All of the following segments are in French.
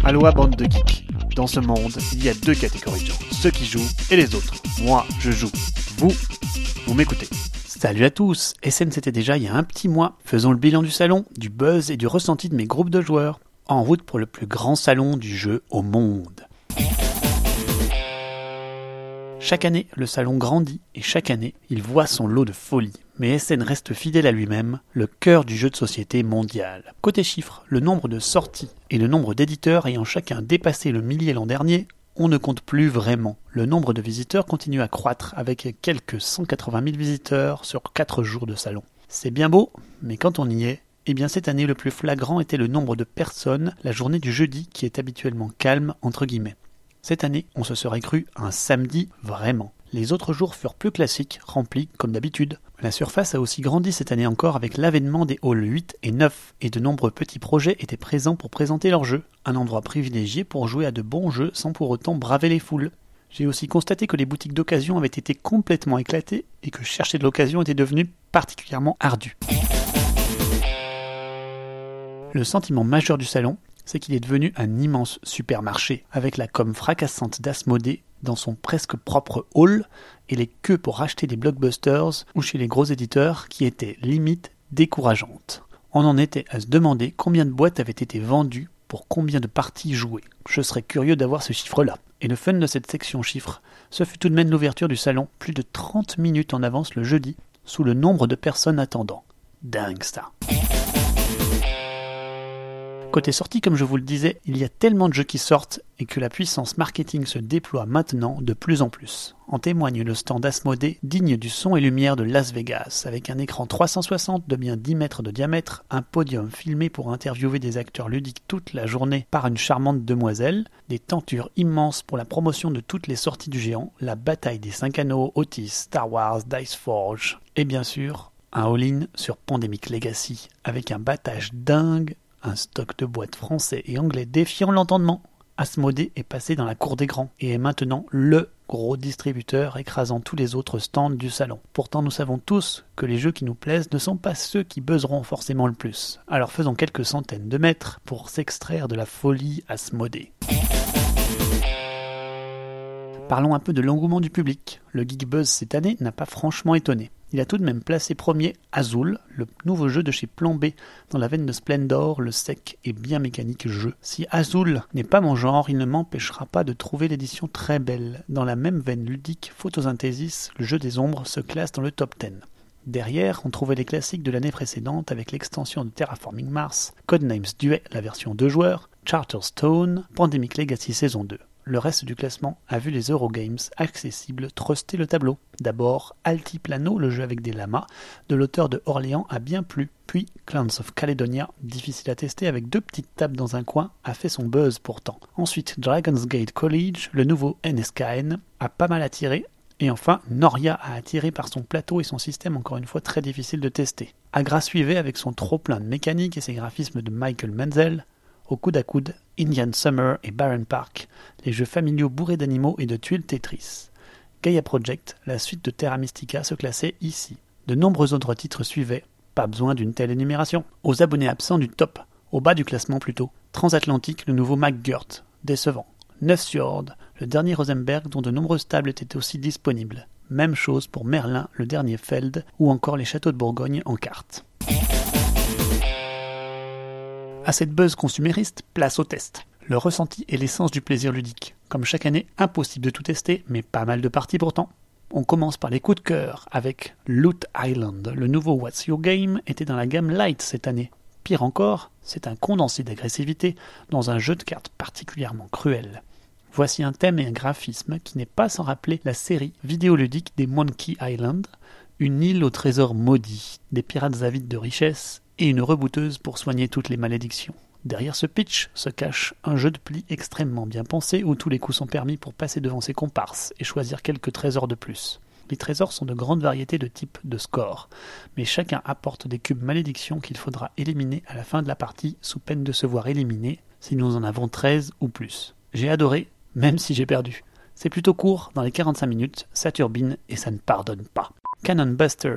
Aloha bande de geeks. Dans ce monde, il y a deux catégories de gens, ceux qui jouent et les autres. Moi, je joue. Vous m'écoutez. Salut à tous, SN c'était déjà il y a un petit mois. Faisons le bilan du salon, du buzz et du ressenti de mes groupes de joueurs. En route pour le plus grand salon du jeu au monde. Chaque année, le salon grandit et chaque année, il voit son lot de folie. Mais SN reste fidèle à lui-même, le cœur du jeu de société mondial. Côté chiffres, le nombre de sorties et le nombre d'éditeurs ayant chacun dépassé le millier l'an dernier, on ne compte plus vraiment. Le nombre de visiteurs continue à croître avec quelques 180 000 visiteurs sur 4 jours de salon. C'est bien beau, mais quand on y est, eh bien cette année le plus flagrant était le nombre de personnes la journée du jeudi qui est habituellement calme entre guillemets. Cette année, on se serait cru un samedi vraiment. Les autres jours furent plus classiques, remplis comme d'habitude. La surface a aussi grandi cette année encore avec l'avènement des halls 8 et 9 et de nombreux petits projets étaient présents pour présenter leurs jeux, un endroit privilégié pour jouer à de bons jeux sans pour autant braver les foules. J'ai aussi constaté que les boutiques d'occasion avaient été complètement éclatées et que chercher de l'occasion était devenu particulièrement ardu. Le sentiment majeur du salon, c'est qu'il est devenu un immense supermarché, avec la com fracassante d'Asmodée dans son presque propre hall et les queues pour acheter des blockbusters ou chez les gros éditeurs qui étaient limite décourageantes. On en était à se demander combien de boîtes avaient été vendues pour combien de parties jouées. Je serais curieux d'avoir ce chiffre-là. Et le fun de cette section chiffres, ce fut tout de même l'ouverture du salon plus de 30 minutes en avance le jeudi, sous le nombre de personnes attendant. Dingue ça. Côté sortie, comme je vous le disais, il y a tellement de jeux qui sortent et que la puissance marketing se déploie maintenant de plus en plus. En témoigne le stand Asmodée, digne du son et lumière de Las Vegas, avec un écran 360 de bien 10 mètres de diamètre, un podium filmé pour interviewer des acteurs ludiques toute la journée par une charmante demoiselle, des tentures immenses pour la promotion de toutes les sorties du géant, la bataille des 5 anneaux, Otis, Star Wars, Dice Forge, et bien sûr, un all-in sur Pandemic Legacy, avec un battage dingue, un stock de boîtes français et anglais défiant l'entendement. Asmodée est passé dans la cour des grands et est maintenant LE gros distributeur écrasant tous les autres stands du salon. Pourtant nous savons tous que les jeux qui nous plaisent ne sont pas ceux qui buzzeront forcément le plus. Alors faisons quelques centaines de mètres pour s'extraire de la folie Asmodée. Parlons un peu de l'engouement du public. Le Geek Buzz cette année n'a pas franchement étonné. Il a tout de même placé premier Azul, le nouveau jeu de chez Plan B, dans la veine de Splendor, le sec et bien mécanique jeu. Si Azul n'est pas mon genre, il ne m'empêchera pas de trouver l'édition très belle. Dans la même veine ludique, Photosynthesis, le jeu des ombres, se classe dans le top 10. Derrière, on trouvait les classiques de l'année précédente avec l'extension de Terraforming Mars, Codenames Duet, la version 2 joueurs, Charterstone, Pandemic Legacy saison 2. Le reste du classement a vu les Eurogames accessibles truster le tableau. D'abord, Altiplano, le jeu avec des lamas, de l'auteur de Orléans a bien plu. Puis, Clans of Caledonia, difficile à tester avec 2 petites tables dans un coin, a fait son buzz pourtant. Ensuite, Dragon's Gate College, le nouveau NSKN, a pas mal attiré. Et enfin, Noria a attiré par son plateau et son système encore une fois très difficile de tester. Agra suivait avec son trop-plein de mécanique et ses graphismes de Michael Menzel. Au coude à coude, Indian Summer et Barren Park, les jeux familiaux bourrés d'animaux et de tuiles Tetris. Gaia Project, la suite de Terra Mystica, se classait ici. De nombreux autres titres suivaient, pas besoin d'une telle énumération. Aux abonnés absents du top, au bas du classement plutôt, Transatlantique, le nouveau MacGurt, décevant. Neufjord, le dernier Rosenberg dont de nombreuses tables étaient aussi disponibles. Même chose pour Merlin, le dernier Feld, ou encore les châteaux de Bourgogne en cartes. À cette buzz consumériste, place au test. Le ressenti est l'essence du plaisir ludique. Comme chaque année, impossible de tout tester, mais pas mal de parties pourtant. On commence par les coups de cœur avec Loot Island. Le nouveau What's Your Game était dans la gamme Light cette année. Pire encore, c'est un condensé d'agressivité dans un jeu de cartes particulièrement cruel. Voici un thème et un graphisme qui n'est pas sans rappeler la série vidéoludique des Monkey Island, une île au trésor maudit, des pirates avides de richesse et une rebouteuse pour soigner toutes les malédictions. Derrière ce pitch se cache un jeu de pli extrêmement bien pensé où tous les coups sont permis pour passer devant ses comparses et choisir quelques trésors de plus. Les trésors sont de grandes variétés de types de score, mais chacun apporte des cubes malédictions qu'il faudra éliminer à la fin de la partie sous peine de se voir éliminé si nous en avons 13 ou plus. J'ai adoré, même si j'ai perdu. C'est plutôt court, dans les 45 minutes, ça turbine et ça ne pardonne pas. Cannon Buster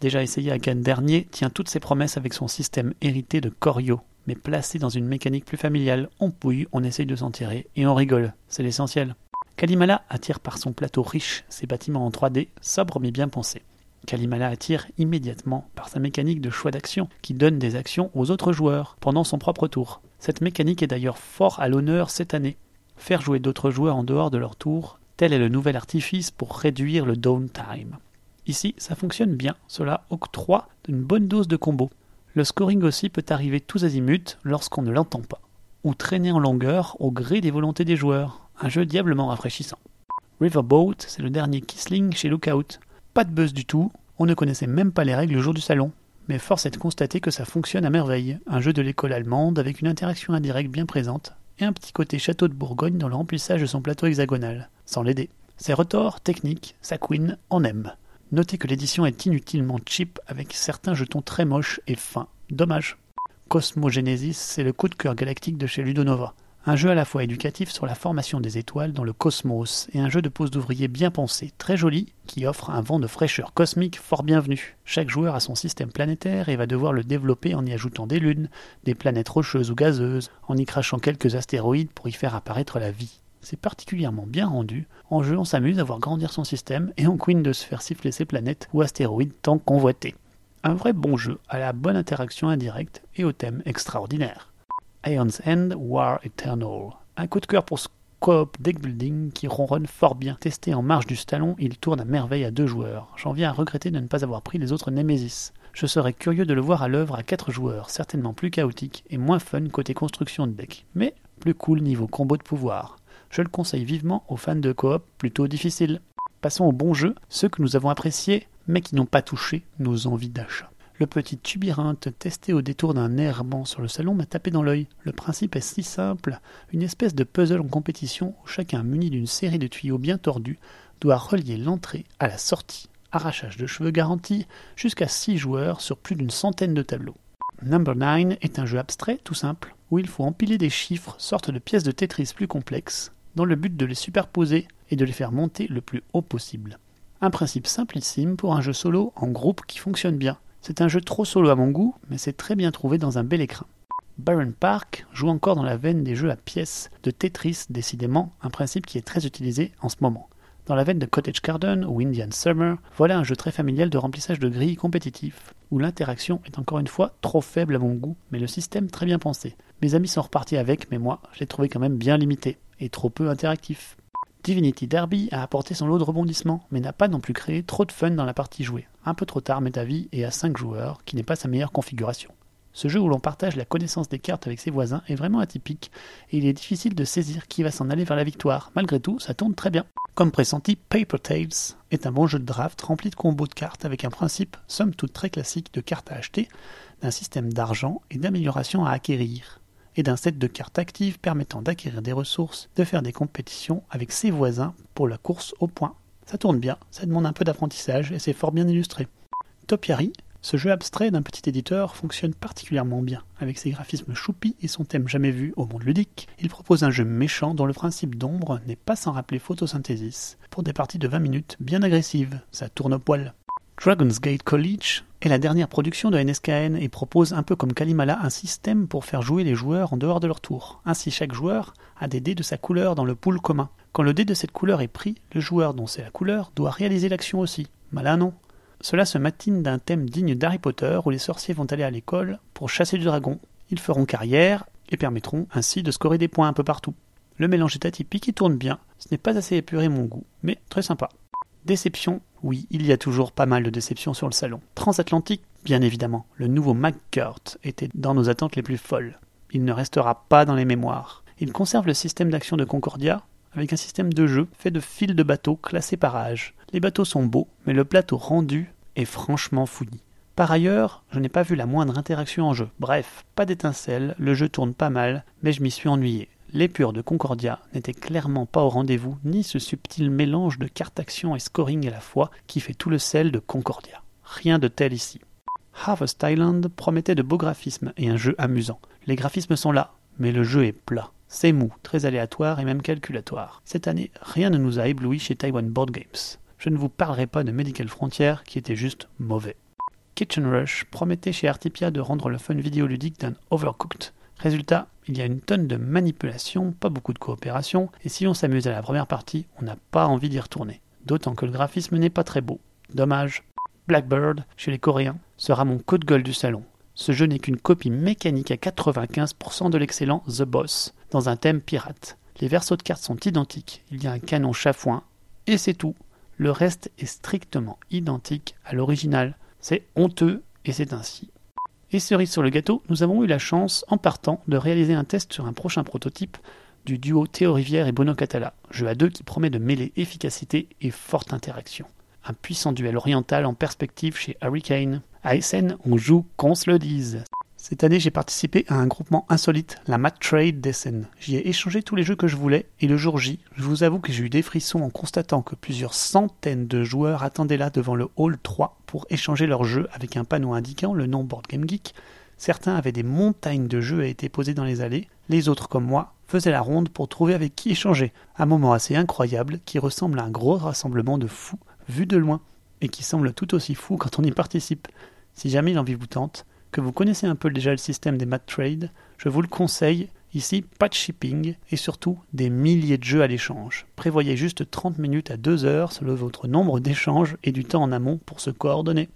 déjà essayé à Cannes dernier, tient toutes ses promesses avec son système hérité de Corio, mais placé dans une mécanique plus familiale. On pouille, on essaye de s'en tirer, et on rigole, c'est l'essentiel. Kalimala attire par son plateau riche, ses bâtiments en 3D, sobres mais bien pensés. Kalimala attire immédiatement par sa mécanique de choix d'action, qui donne des actions aux autres joueurs, pendant son propre tour. Cette mécanique est d'ailleurs fort à l'honneur cette année. Faire jouer d'autres joueurs en dehors de leur tour, tel est le nouvel artifice pour réduire le downtime. Ici, ça fonctionne bien, cela octroie une bonne dose de combo. Le scoring aussi peut arriver tous azimuts lorsqu'on ne l'entend pas, ou traîner en longueur au gré des volontés des joueurs, un jeu diablement rafraîchissant. Riverboat, c'est le dernier Kisling chez Lookout. Pas de buzz du tout, on ne connaissait même pas les règles le jour du salon, mais force est de constater que ça fonctionne à merveille, un jeu de l'école allemande avec une interaction indirecte bien présente, et un petit côté château de Bourgogne dans le remplissage de son plateau hexagonal, sans l'aider. Ses retors, techniques, sa queen, en aime. Notez que l'édition est inutilement cheap avec certains jetons très moches et fins. Dommage. Cosmogenesis, c'est le coup de cœur galactique de chez Ludonova. Un jeu à la fois éducatif sur la formation des étoiles dans le cosmos et un jeu de pose d'ouvriers bien pensé, très joli, qui offre un vent de fraîcheur cosmique fort bienvenu. Chaque joueur a son système planétaire et va devoir le développer en y ajoutant des lunes, des planètes rocheuses ou gazeuses, en y crachant quelques astéroïdes pour y faire apparaître la vie. C'est particulièrement bien rendu. En jeu, on s'amuse à voir grandir son système et on queen de se faire siffler ses planètes ou astéroïdes tant convoités. Un vrai bon jeu à la bonne interaction indirecte et au thème extraordinaire. Aeon's End War Eternal. Un coup de cœur pour ce coop deck building qui ronronne fort bien. Testé en marge du stallon, il tourne à merveille à 2 joueurs. J'en viens à regretter de ne pas avoir pris les autres Nemesis. Je serais curieux de le voir à l'œuvre à 4 joueurs, certainement plus chaotique et moins fun côté construction de deck, mais plus cool niveau combo de pouvoir. Je le conseille vivement aux fans de coop plutôt difficiles. Passons aux bons jeux, ceux que nous avons appréciés, mais qui n'ont pas touché nos envies d'achat. Le petit Tubyrinthe testé au détour d'un errement sur le salon m'a tapé dans l'œil. Le principe est si simple, une espèce de puzzle en compétition où chacun muni d'une série de tuyaux bien tordus doit relier l'entrée à la sortie. Arrachage de cheveux garanti, jusqu'à 6 joueurs sur plus d'une centaine de tableaux. Number 9 est un jeu abstrait tout simple, où il faut empiler des chiffres, sorte de pièces de Tetris plus complexes, dans le but de les superposer et de les faire monter le plus haut possible. Un principe simplissime pour un jeu solo en groupe qui fonctionne bien. C'est un jeu trop solo à mon goût, mais c'est très bien trouvé dans un bel écrin. Baron Park joue encore dans la veine des jeux à pièces de Tetris, décidément un principe qui est très utilisé en ce moment. Dans la veine de Cottage Garden ou Indian Summer, voilà un jeu très familial de remplissage de grilles compétitif, où l'interaction est encore une fois trop faible à mon goût, mais le système très bien pensé. Mes amis sont repartis avec, mais moi, je l'ai trouvé quand même bien limité, et trop peu interactif. Divinity Derby a apporté son lot de rebondissements, mais n'a pas non plus créé trop de fun dans la partie jouée. Un peu trop tard m'est avis et à 5 joueurs, qui n'est pas sa meilleure configuration. Ce jeu où l'on partage la connaissance des cartes avec ses voisins est vraiment atypique, et il est difficile de saisir qui va s'en aller vers la victoire. Malgré tout, ça tourne très bien. Comme pressenti, Paper Tales est un bon jeu de draft rempli de combos de cartes avec un principe, somme toute très classique, de cartes à acheter, d'un système d'argent et d'amélioration à acquérir, et d'un set de cartes actives permettant d'acquérir des ressources, de faire des compétitions avec ses voisins pour la course au point. Ça tourne bien, ça demande un peu d'apprentissage et c'est fort bien illustré. Topiary, ce jeu abstrait d'un petit éditeur, fonctionne particulièrement bien. Avec ses graphismes choupis et son thème jamais vu au monde ludique, il propose un jeu méchant dont le principe d'ombre n'est pas sans rappeler Photosynthesis, pour des parties de 20 minutes bien agressives, ça tourne au poil. Dragon's Gate College est la dernière production de NSKN et propose un peu comme Kalimala un système pour faire jouer les joueurs en dehors de leur tour. Ainsi chaque joueur a des dés de sa couleur dans le pool commun. Quand le dé de cette couleur est pris, le joueur dont c'est la couleur doit réaliser l'action aussi. Malin non. Cela se matine d'un thème digne d'Harry Potter où les sorciers vont aller à l'école pour chasser du dragon. Ils feront carrière et permettront ainsi de scorer des points un peu partout. Le mélange est atypique et tourne bien. Ce n'est pas assez épuré mon goût, mais très sympa. Déception, oui, il y a toujours pas mal de déceptions sur le salon. Transatlantique, bien évidemment, le nouveau McCurt était dans nos attentes les plus folles. Il ne restera pas dans les mémoires. Il conserve le système d'action de Concordia, avec un système de jeu fait de fils de bateaux classés par âge. Les bateaux sont beaux, mais le plateau rendu est franchement fouillis. Par ailleurs, je n'ai pas vu la moindre interaction en jeu. Bref, pas d'étincelle, le jeu tourne pas mal, mais je m'y suis ennuyé. L'épure de Concordia n'était clairement pas au rendez-vous, ni ce subtil mélange de cartes action et scoring à la fois qui fait tout le sel de Concordia. Rien de tel ici. Harvest Island promettait de beaux graphismes et un jeu amusant. Les graphismes sont là, mais le jeu est plat. C'est mou, très aléatoire et même calculatoire. Cette année, rien ne nous a ébloui chez Taiwan Board Games. Je ne vous parlerai pas de Medical Frontier qui était juste mauvais. Kitchen Rush promettait chez Artipia de rendre le fun vidéoludique d'un Overcooked. Résultat, il y a une tonne de manipulation, pas beaucoup de coopération, et si on s'amuse à la première partie, on n'a pas envie d'y retourner. D'autant que le graphisme n'est pas très beau. Dommage. Blackbird, chez les Coréens, sera mon coup de gueule du salon. Ce jeu n'est qu'une copie mécanique à 95% de l'excellent The Boss, dans un thème pirate. Les versos de cartes sont identiques, il y a un canon chafouin, et c'est tout. Le reste est strictement identique à l'original. C'est honteux, et c'est ainsi. Et cerise sur le gâteau, nous avons eu la chance, en partant, de réaliser un test sur un prochain prototype du duo Théo Rivière et Bono Catala, jeu à deux qui promet de mêler efficacité et forte interaction. Un puissant duel oriental en perspective chez Hurricane. À Essen, on joue qu'on se le dise. Cette année, j'ai participé à un groupement insolite, la Mat Trade d'Essen. J'y ai échangé tous les jeux que je voulais, et le jour J, je vous avoue que j'ai eu des frissons en constatant que plusieurs centaines de joueurs attendaient là devant le Hall 3 pour échanger leurs jeux avec un panneau indiquant le nom Board Game Geek. Certains avaient des montagnes de jeux à être posés dans les allées, les autres, comme moi, faisaient la ronde pour trouver avec qui échanger. Un moment assez incroyable qui ressemble à un gros rassemblement de fous vu de loin, et qui semble tout aussi fou quand on y participe. Si jamais l'envie vous tente, que vous connaissez un peu déjà le système des Mat Trade, je vous le conseille, ici pas de shipping et surtout des milliers de jeux à l'échange. Prévoyez juste 30 minutes à 2 heures selon votre nombre d'échanges et du temps en amont pour se coordonner.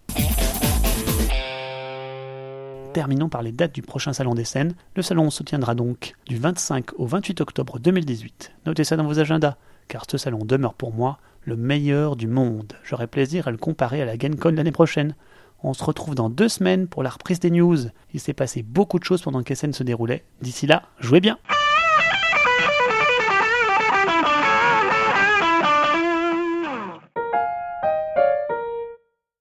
Terminons par les dates du prochain Salon d'Essen. Le salon se tiendra donc du 25 au 28 octobre 2018. Notez ça dans vos agendas, car ce salon demeure pour moi le meilleur du monde. J'aurai plaisir à le comparer à la GenCon l'année prochaine. On se retrouve dans 2 semaines pour la reprise des news. Il s'est passé beaucoup de choses pendant qu'Essen se déroulait. D'ici là, jouez bien!